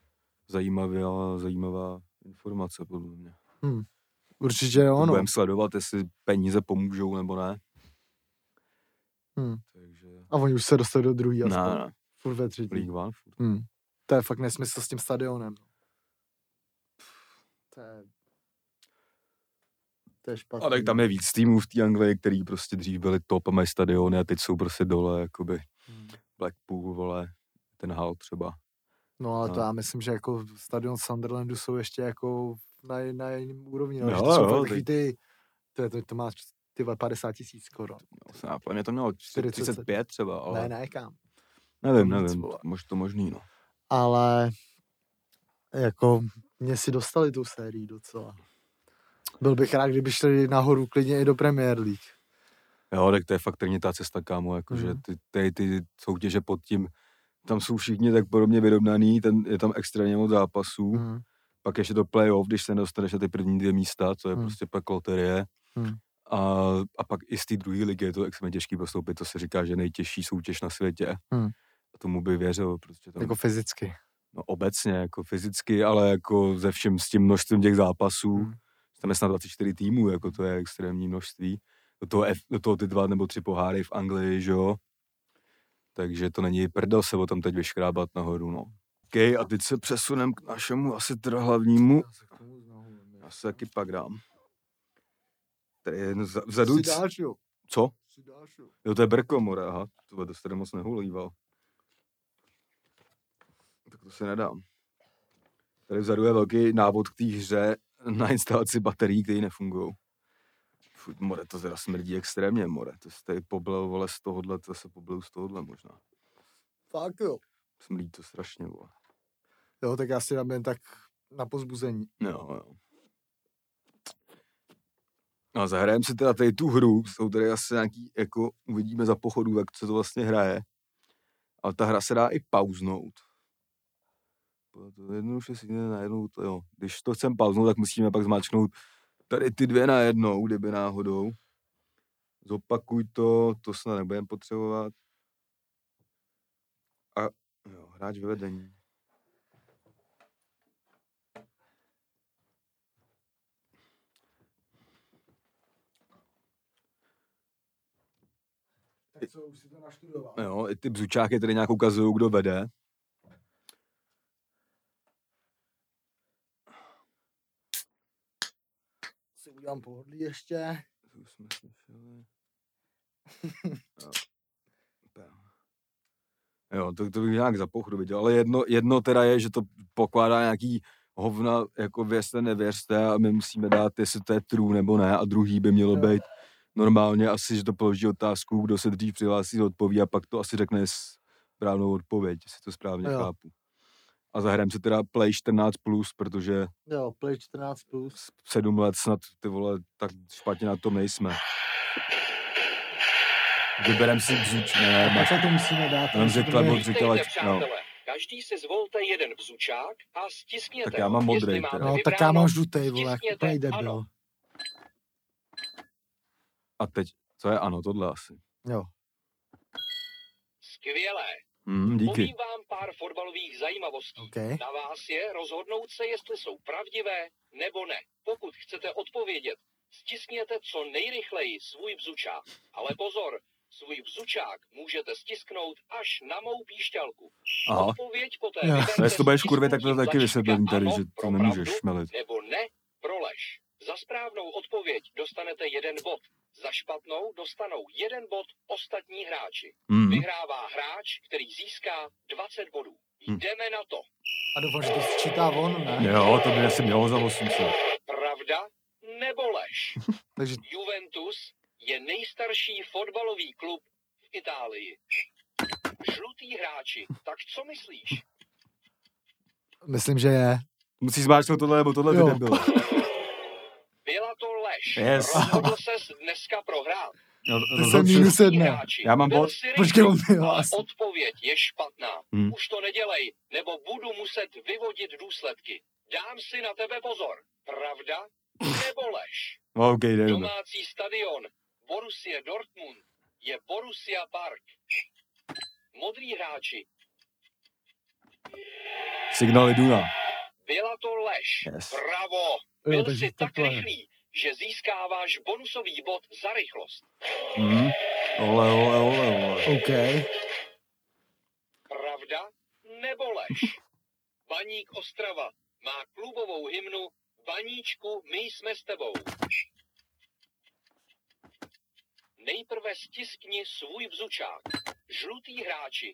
Zajímavá informace, podle mě. Určitě jo, no. Budeme sledovat, jestli peníze pomůžou, nebo ne. Takže... A oni už se dostali do druhý aspoň. Ne. Furt ve třetí. League One, furt. To je fakt nesmysl s tím stadionem. To je špatný. A tak tam je víc týmů v té Anglii, který prostě dřív byli top a mají stadiony a teď jsou prostě dole, jakoby Blackpool, vole, ten Hull třeba. No ale to já myslím, že jako stadion Sunderlandu jsou ještě jako na jiném úrovni. No, jo, že to jsou to má 50 000 skoro. No, mě to mělo 35 třeba, ale... Ne, kam. Nevím, to možný, no. Ale jako mě si dostali tu sérii docela. Byl bych rád, kdyby šli nahoru klidně i do Premier League. Jo, tak to je fakt ta cesta, kámo, jakože ty soutěže pod tím, tam jsou všichni tak podobně vyrovnaný, je tam extrémně moc zápasů, pak ještě to playoff, když se nedostaneš na ty první 2 místa, co je prostě pak loterie. A pak i z té druhé ligy je to extrémně těžký postoupit, to se říká, že nejtěžší soutěž na světě. A tomu by věřil. Prostě tam, jako fyzicky. No obecně, jako fyzicky, ale jako ze všem s tím množstvím těch zápasů. Tam je snad 24 týmů, jako to je extrémní množství. Do toho ty 2 nebo 3 poháry v Anglii, že jo. Takže to není prdel se o tam teď vyškrábat nahoru, no. OK, a teď se přesunem k našemu asi teda hlavnímu. Já se taky pak dám. Tady je vzadu... Co? Jo, to je Berkomor, aha. To se tady moc nehulíval. Tak to se nedám. Tady vzadu je velký návod k té hře na instalaci baterií, které nefungují. More, to teda smrdí extrémně, more. To se tady poblel, vole, z tohohle, to se poblel z tohohle možná. Fakt jo. Smrdí to strašně, vole. Jo, tak já si dám jen tak na pozbuzení. Jo. No a zahrajeme si teda tady tu hru, jsou tady asi nějaký, jako uvidíme za pochodu, jak se to vlastně hraje. Ale ta hra se dá i pauznout. To jednoduše si jde najednou, to jo. Když to chcem pauznout, tak musíme pak zmáčknout tady ty 2 najednou, kdyby náhodou. Zopakuj to snad nebudeme potřebovat. A jo, hráč ve vedení. Tak co, už si to naštudoval? Jo, i ty bzučáky tady nějak ukazují, kdo vede. Si udělám pohodlí ještě. To už jsme slyšeli. Jo, to bych nějak za pochodu viděl, ale jedno teda je, že to pokládá nějaký hovna, jako věřte, nevěřte a my musíme dát, jestli to je true nebo ne a druhý by mělo být normálně asi, že to položí otázku, kdo se dřív přihlásí, odpoví a pak to asi řekne správnou odpověď, jestli to správně chápu. A zahrajeme si teda Play 14+, protože... Jo, Play 14+. 7 let snad, ty vole, tak špatně na tom nejsme. Vyberem si bzuč, ne, tak to musíme dát. Jenom řekla, no. Každý si zvolte jeden bzučák a stiskněte. Tak já mám modrý. No, tak já mám žlutej, vole, jak úplně debil. A teď, co je ano, tohle asi. Jo. Skvělé. Díky. Povím vám pár fotbalových zajímavostí. Okay. Na vás je rozhodnout se, jestli jsou pravdivé nebo ne. Pokud chcete odpovědět, stiskněte co nejrychleji svůj bzučák. Ale pozor, svůj bzučák můžete stisknout až na mou píšťalku. Aha. Odpověď poté Jo. vyberte A jestli to budeš kurvě, tak to stisknutím taky vysvětlím tlačítka tady, ano že pro to nemůžeš pravdu, šmelit. nebo ne pro lež. Za správnou odpověď dostanete 1 bod. Za špatnou dostanou 1 bod ostatní hráči. Vyhrává hráč, který získá 20 bodů. Jdeme na to. A doufám, že to sčítá on, ne? Jo, to by asi mělo za 800. Pravda nebo lež? Takže Juventus je nejstarší fotbalový klub v Itálii. Žlutý hráči, tak co myslíš? myslím, že je. Musíš zmáčknout tohle nebo tohle, Jo. by nebylo. Byla to lež. Yes. Rozhodl ses dneska prohrát. To jsem minus 1. Hráči, Já mám byl bod. si rychlý, Počkej, on mi ale hlásí. odpověď je špatná. Už to nedělej, nebo budu muset vyvodit důsledky. Dám si na tebe pozor. Pravda nebo lež? OK, jdeme. Domácí stadion Borussia Dortmund je Borussia Park. Modrý hráči, Signál Iduna. byla to lež. Yes. Bravo. Jo, Byl takže jsi tak takhle. rychlý, že získáváš bonusový bod za rychlost. Ole, ole, ole, ole. OK. Pravda nebo lež? Baník Ostrava má klubovou hymnu Baníčku, my jsme s tebou. Nejprve stiskni svůj bzučák. Žlutý hráči.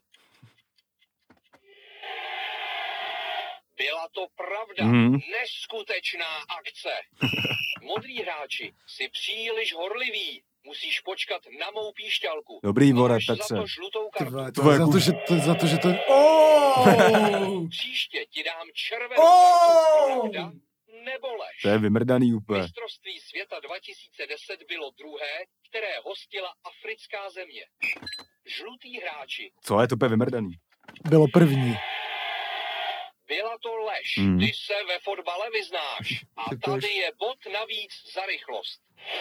Byla to pravda. Neskutečná akce. Modrý hráči, jsi příliš horlivý. Musíš počkat na mou píšťalku. Dobrý, vore, Máš za Petře. to žlutou Ty kartu. vole, To to je je za to, že to... Oh! Příště ti dám červenou kartu. Pravda nebo lež? To je vymrdaný úplně. Mistrovství světa 2010 bylo druhé, které hostila africká země. Žlutý hráči. Co je to úplně vymrdaný? Bylo první. Byla to lež. Ty se ve fotbale vyznáš. A tady je bod navíc za rychlost.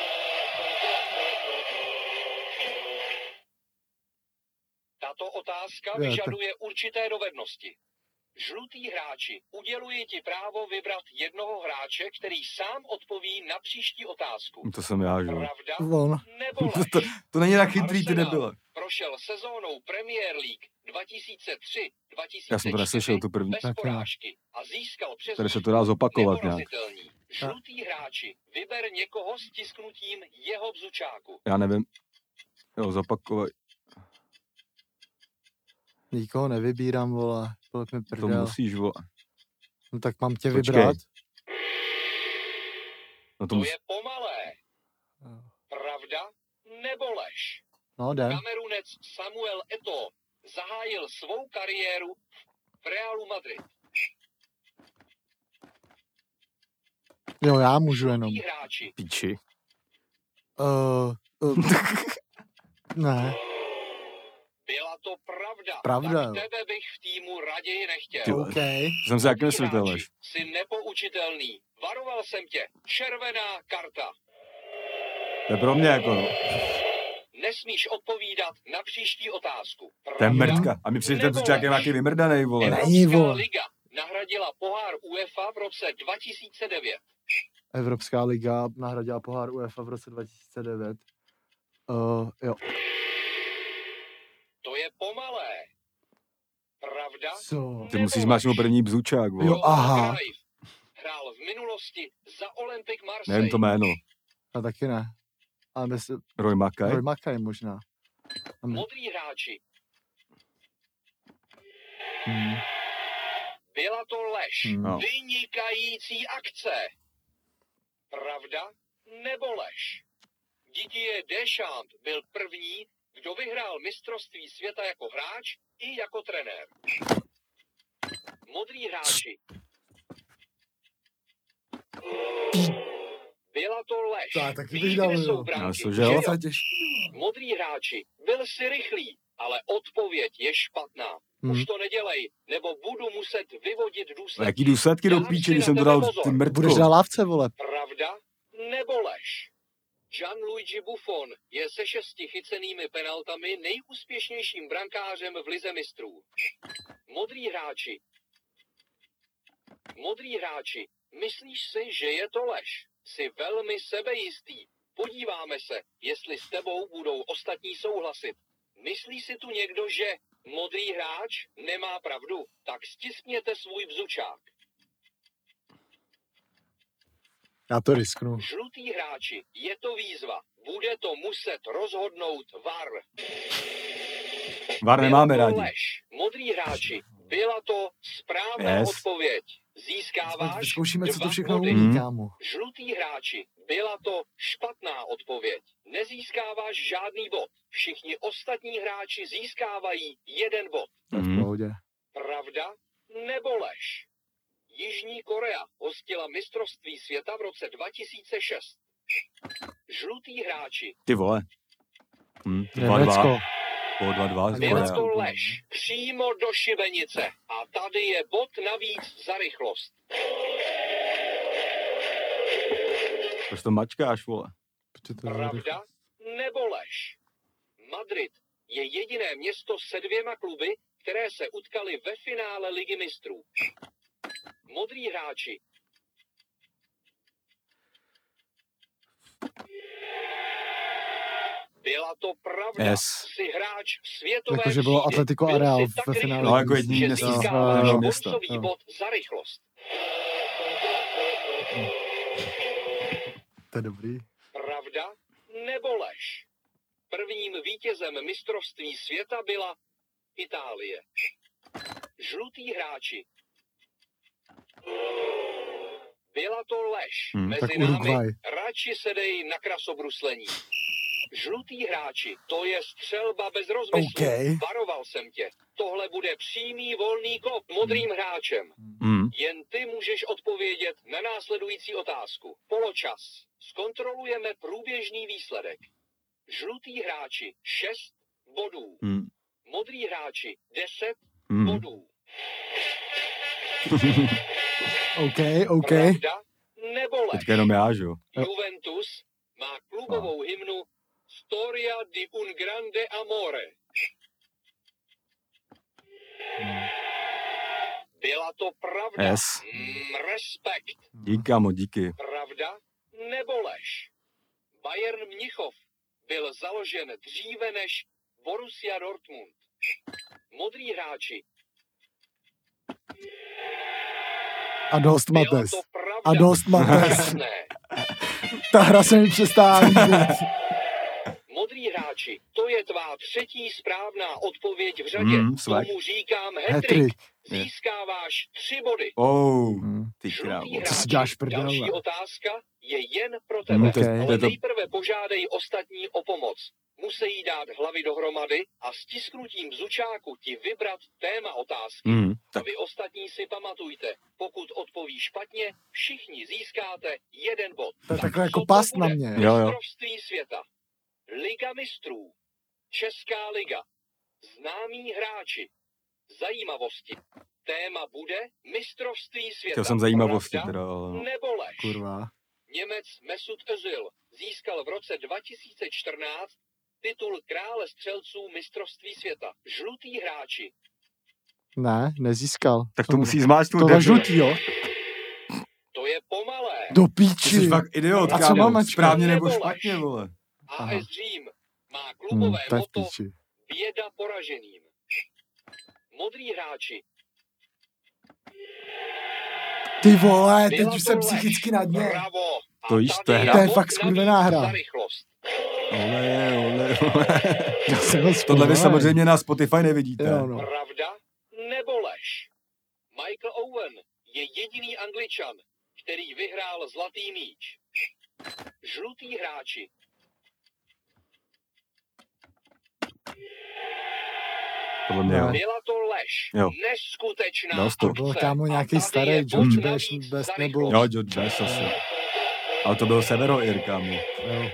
Tato otázka tak- vyžaduje určité dovednosti. Žlutý hráči, uděluji ti právo vybrat jednoho hráče, který sám odpoví na příští otázku. To jsem já, že jo. Pravda On. nebo lež? To není tak chytrý, ty Arsenal nebyla. prošel sezónou Premier League 2003-2004 Já jsem to neslyšel, tu první. bez Tak jo. porážky a získal přes Tady se to dá zopakovat nějak. neporazitelný. Žlutý hráči, vyber někoho s tisknutím jeho bzučáku. Já nevím. Jo, zopakovat. Nikoho nevybírám, vole. Vole, mi To prdel. musíš, vole. No tak mám tě Počkej. vybrat. No to To musí... je pomalé. Pravda nebo lež? No, jdem. Kamerunec Samuel Eto'o zahájil svou kariéru v Realu Madrid. Jo, já můžu jenom. Žlutý hráči, Píči. Ne. byla to pravda. Pravda, Tak tebe bych v týmu raději nechtěl. Ty vole. OK. Jsem si jaký Žlutý myslel, to je hráči, lež. jsi nepoučitelný. Varoval jsem tě. Červená karta. To je pro mě jako, no. Nesmíš odpovídat na příští otázku. To je Pravda mrdka. A mi přijde ten nebo bzučák je lež? nějaký vymrdanej, vole. Není, Evropská vole. liga nahradila pohár UEFA v roce 2009. Evropská liga nahradila pohár UEFA v roce 2009. Jo. To je pomalé. Pravda? Co? Ty musíš máčnout první bzučák, vole. Jo, aha. Cruyff hrál v minulosti za Olympic Marseille. Nevím to jméno. A taky ne. A myslím, Roy Makaj? Roy Makaj možná. A my- Modrý hráči. Hmm. Byla to lež. No. Vynikající akce. Pravda nebo lež? Didier Deschamps byl první, kdo vyhrál mistrovství světa jako hráč i jako trenér. Modrý hráči. Byla to lež. Tak, taky bych Víš, dal, kde jo. jsou branky? Já Že to, že jo? jo? Modrý hráči, byl jsi rychlý, ale odpověď je špatná. Už to nedělej, nebo budu muset vyvodit A důsledky. jaký důsledky do Dám píče, si když na jsem to tebe dal pozor. ty Budeš mrtko? na lávce, vole. Pravda nebo lež? Gianluigi Buffon je se 6 chycenými penaltami nejúspěšnějším brankářem v lize mistrů. Modrý hráči, myslíš si, že je to lež? Jsi velmi sebejistý. Podíváme se, jestli s tebou budou ostatní souhlasit. Myslí si tu někdo, že modrý hráč nemá pravdu? Tak stiskněte svůj bzučák. Já to risknu. Žlutý hráči, je to výzva. Bude to muset rozhodnout VAR. VAR nemáme Byla to rádi. lež. Modrý hráči, byla to správná odpověď. Získáváš Vyzkoušíme, co to 2 všechno body. umí, kámo. Žlutý hráči, byla to špatná odpověď. Nezískáváš žádný bod. Všichni ostatní hráči získávají 1 bod. To je v pohodě. Pravda nebo lež? Jižní Korea hostila mistrovství světa v roce 2006. Žlutý hráči, Ty vole. 2-2. Německo. Po 2-2. byla Korea. to lež. Přímo do šibenice. A tady je bod navíc za rychlost. Proč to mačkáš, vole? Pravda nebo lež? Madrid je jediné město se 2 kluby, které se utkaly ve finále Ligy mistrů. Modrý hráči. Byla to pravda. Yes. Jsi hráč světové Jakože bylo třídy. Atletico Byl Areal jsi tak ve finále. rychlý, No, jako jediný že město. získáváš No, město. bonusový No. bod za rychlost. To je dobrý. Pravda nebo lež? Prvním vítězem mistrovství světa byla Itálie. Žlutý hráči. Byla to lež. Tak Mezi námi Uruguay. radši sedej na krasobruslení. Žlutý hráči, to je střelba bez rozmyslu. OK. Varoval jsem tě. Tohle bude přímý volný kop modrým hráčem. Jen ty můžeš odpovědět na následující otázku. Poločas. Zkontrolujeme průběžný výsledek. Žlutý hráči 6 bodů. Modrý hráči 10 bodů. OK. Pravda nebo lež? Teďka jenom já, že jo? Juventus má klubovou hymnu Storia di un grande amore. Byla to pravda. Yes. Respekt. Díky, kámo, díky. Pravda nebo lež? Bayern Mnichov byl založen dříve než Borussia Dortmund. Modrý hráči. A dost Byla Mates. to pravda. A dost Mates. Jasné. Ta hra se mi přestává líbit. Modrý hráči, to je tvá 3. správná odpověď v řadě. swag. Tomu říkám hat-trick. Hat-trick. Získáváš 3 body. Ty krávo. Žlutý To si děláš hráči, prdel, další ne? otázka je jen pro tebe. Okay. Ale nejprve požádej ostatní o pomoc. Musí dát hlavy dohromady a stisknutím bzučáku ti vybrat téma otázky. A vy ostatní si pamatujte, pokud odpoví špatně, všichni získáte 1 bod. To je Tak takhle jako co to past na bude? mě. Jo. Mistrovství světa, Liga mistrů, Česká liga, známí hráči, zajímavosti. Téma bude mistrovství světa. Chtěl jsem zajímavosti Pravda teda, ale... nebo lež? Kurva. Němec Mesut Özil získal v roce 2014 titul krále střelců mistrovství světa. Žlutý hráči. Ne, nezískal. Tak to musí zmáčknout. To debil. žlutý, jo? To je pomalé. Do Ty píči. jsi fakt idiot, A co kámo. mám mačkat? Správně nebo Nebo špatně, lež? vole. Aha. AS Řím má klubové To je v moto píči. běda poraženým. Modrý hráči. Ty vole, teď Byla už to jsem lež. psychicky na dně. Bravo. A To víš, tady to je hra. To je bod fakt skurvená navíc hra. za rychlost. Ole. Já jsem ho Tohle vy vzpomněl. samozřejmě na Spotify nevidíte. Jo, no. Pravda nebo lež? Michael Owen je jediný Angličan, který vyhrál zlatý míč. Žlutý hráči. Podle mě jo. Byla to lež. Jo. Neskutečná Dal jsi to. To byl akce. kámo A nějaký tady starý je bod George navíc Best za nebo... rychlost. Jo, George Best asi. Ale to byl Severo-Ir, kámo. Jo.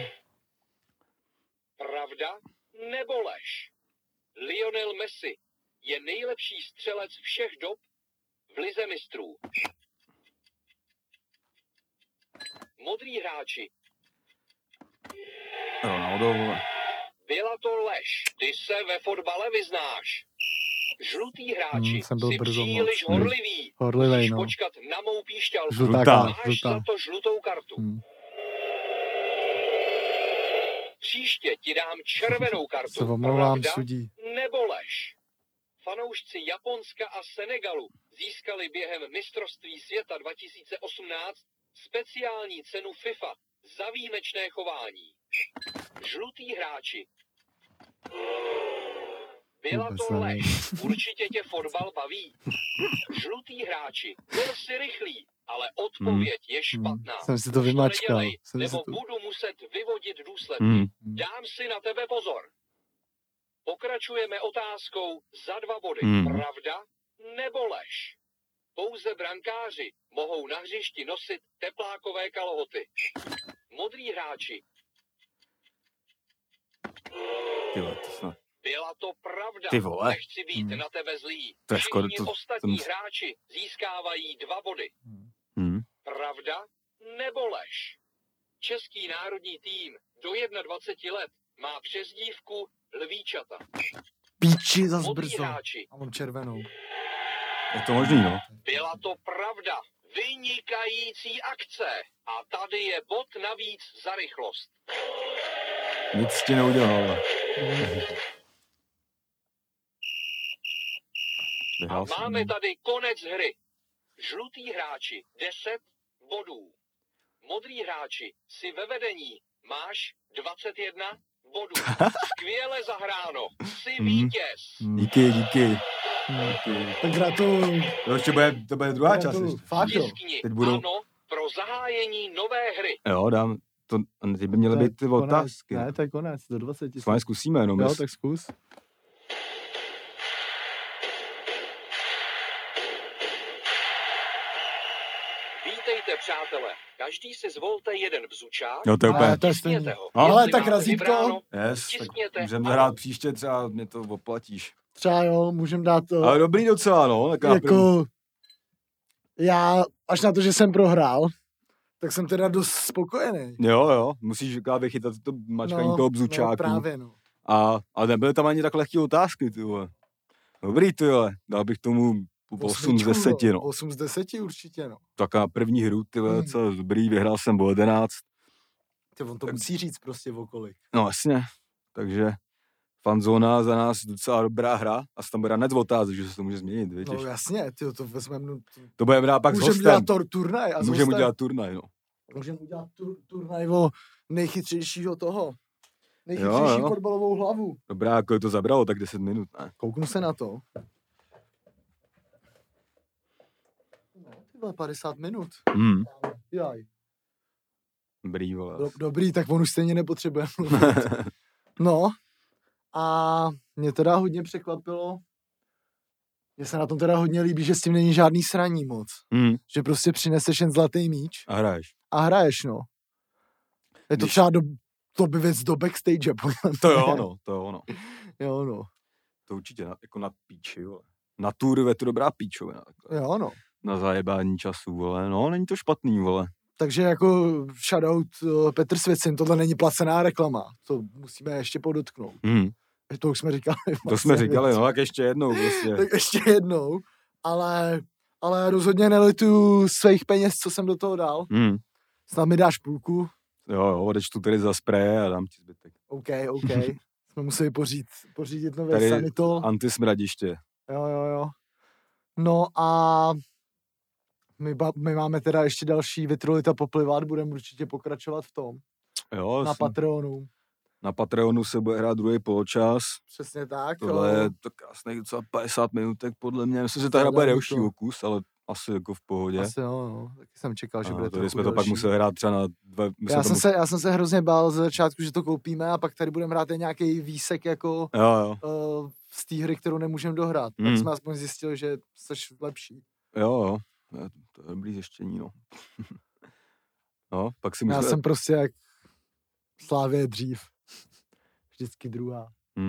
Pravda nebo lež? Lionel Messi je nejlepší střelec všech dob v lize mistrů. Modrý hráči. Ronaldo, vole. Byla to lež. Ty se ve fotbale vyznáš. Žlutý hráči jsem byl si brzo příliš moc. horlivý. Horlivej, Musíš no. počkat na mou píšťalku. Žlutá. Máš za to žlutou kartu. Příště ti dám červenou kartu. Se omlouvám, Pravda sudí. nebo lež? Fanoušci Japonska a Senegalu získali během mistrovství světa 2018 speciální cenu FIFA za výjimečné chování. Žlutý hráči. Byla to lež. Určitě tě fotbal baví. Žlutý hráči. Byl jsi rychlý, ale odpověď je špatná. Jsem si to Už vymačkal. nedělej, nebo budu muset vyvodit důsledky. Dám si na tebe pozor. Pokračujeme otázkou za 2 body. Pravda nebo lež? Pouze brankáři mohou na hřišti nosit teplákové kalhoty. Modrý hráči. Tyhle, to snad. Byla to pravda. Ty vole. Nechci být na tebe zlý. To je skoro Všichni to- ostatní hráči získávají 2 body. Pravda nebo lež? Český národní tým do 21 let má přezdívku Lvíčata. Píči, zas Modrý brzo. hráči. A mám červenou. Je to možný, no. Byla to pravda. Vynikající akce. A tady je bod navíc za rychlost. Nic ti neudělal, ale. A Vyhrál jsem. máme tady konec hry. Žlutý hráči 10 bodů. Modrý hráči si ve vedení. Máš 21 bodů. Skvěle zahráno. Jsi vítěz. Díky. Tak gratuluju. To ještě to bude druhá část. Gratuluju. ještě. Fakt jo. Tiskni Teď budou- ano pro zahájení nové hry. Jo, dám. Ty by měly být ty otázky. Ne, to je konec, do 20. Schválně zkusíme jenom. Jo, tak zkus. Vítejte, přátelé. Každý si zvolte jeden bzučák. Jo, to je úplně. Ale to je stejný. Stiskněte ho. No, ale Jestli tak máte razítko. vybráno, Yes, tak stiskněte můžeme ano. hrát příště, třeba mě to oplatíš. Třeba jo, můžem dát to. Ale dobrý docela, no. Taková první. Jako, já, až na to, že jsem prohrál, tak jsem teda dost spokojený. Jo, musíš vychytat to mačkání toho bzučáku. No, právě, no. A nebyly tam ani tak lehké otázky, ty vole. Dobrý, ty vole. Dal bych tomu 8 z 10, no. 8 z 10 určitě, no. Taká první hru, ty vole, co dobrý, vyhrál jsem o 11. Ty, on to musí říct prostě o kolik. No jasně, takže fanzóna za nás docela dobrá hra a tam bude hned otázek, že se to může změnit, víš? No jasně, ty to vezmeme, no, To budeme hrát pak s můžeme hostem. dělat turnaj. A s Můžeme hostem. udělat turnaj, no. Můžeme udělat turnaj o nejchytřejšího toho. Nejchytřejší Jo. fotbalovou hlavu. Dobrá, jako je to zabralo, tak 10 minut, ne? Kouknu se na to. No, ty vole, 50 minut. Jaj. Dobrý, vole. Dobrý, tak on už stejně nepotřebuje mluvit. No, a mě teda hodně překvapilo, že se na tom teda hodně líbí, že s tím není žádný sraní moc. Že prostě přineseš jen zlatý míč A hraješ. a hraješ, no. Je to Když- třeba to by věc do backstage, podle mě. To jo, no, to jo, no. Jo, no. To určitě, jako na píči, vole. Na tour je to dobrá píčovina. Jo, no. Na zajebání času, vole. No, není to špatný, vole. Takže jako shoutout Petr Svěcin, tohle není placená reklama. To musíme ještě podotknout. To už jsme říkali. To jsme říkali, no, tak ještě jednou, prostě. Tak ještě jednou, ale rozhodně nelituju svých peněz, co jsem do toho dal. Snad mi dáš půlku. Jo, odečtu tady za spreje a dám ti zbytek. OK. Jsme museli pořídit nové Tady sanitol. Antismradiště. Jo. No a my máme teda ještě další vytrolit a poplivat, budeme určitě pokračovat v tom. Jo, Na Patreonu. Na Patreonu se bude hrát druhý poločas. Přesně tak. Tohle je to krásných docela 50 minutek, podle mě. Myslím, že ta hra bude delší o kus, ale asi jako v pohodě. Asi jo, no. Taky jsem čekal, že bude to. Jsme trochu to pak delší. museli hrát třeba na dva... Já jsem se hrozně bál ze začátku, že to koupíme a pak tady budeme hrát nějaký výsek jako Jo. z té hry, kterou nemůžeme dohrát. Tak jsme aspoň zjistili, že jsi lepší. Jo. To je dobrý zjištění, no. No, pak si musíme... Já jsem prostě jak Slávě dřív. Vždycky druhá.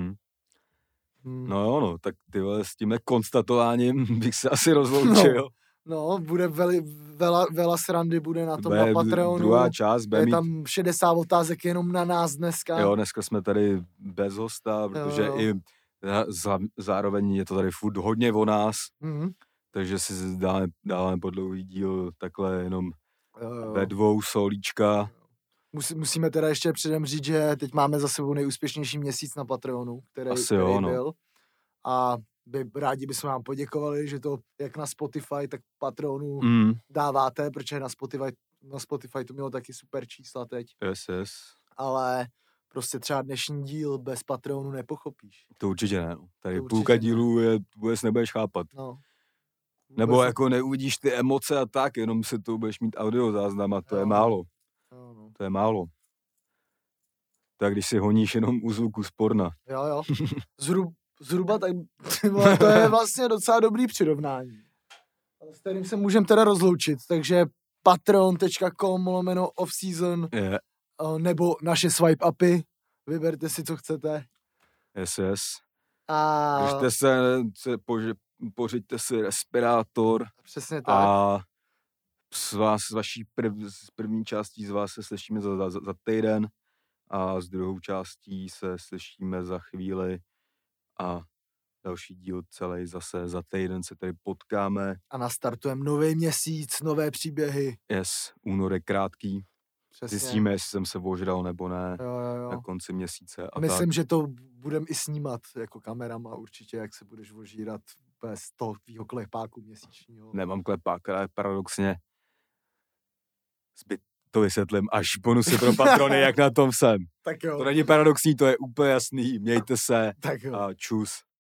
No jo, no, tak ty vole, s tímhle konstatováním bych se asi rozloučil. No, bude vela srandy bude na tom Bude na Patreonu. druhá část, bude Je mít... tam 60 otázek jenom na nás dneska. Jo, dneska jsme tady bez hosta, protože jo. i zároveň je to tady furt hodně o nás, takže si dáme po dlouhý díl takhle jenom ve dvou solíčka. Musíme teda ještě předem říct, že teď máme za sebou nejúspěšnější měsíc na Patreonu, který byl. A rádi bychom vám poděkovali, že to jak na Spotify, tak Patreonu dáváte, protože na Spotify to mělo taky super čísla teď. Yes. Ale prostě třeba dnešní díl bez Patreonu nepochopíš. To určitě ne. Tady půlka dílů vůbec nebudeš chápat. No. Nebo jako neuvidíš ty emoce a tak, jenom se to budeš mít audio záznam a to je málo. No. To je málo. Tak když si honíš jenom u zvuku z porna. Jo. Zhruba tak, to je vlastně docela dobrý přirovnání. S kterým se můžeme teda rozloučit, takže patreon.com/offseason nebo naše swipe upy, vyberte si, co chcete. Yes. Držte se, pořiďte si respirátor. Přesně tak. A z vaší první částí z vás se slyšíme za týden a s druhou částí se slyšíme za chvíli a další díl celý zase za týden se tady potkáme. A nastartujeme nový měsíc, nové příběhy. Yes, únor je krátký. Přesně. Zjistíme, jestli jsem se ožral nebo ne jo. na konci měsíce. A myslím, že to budeme i snímat jako kamerama určitě, jak se budeš ožírat bez toho tvýho klepáku měsíčního. Nemám klepák, ale paradoxně to vysvětlím až bonusy pro patrony, jak na tom jsem. Tak jo. To není paradoxní, to je úplně jasný. Mějte se tak jo. A čus.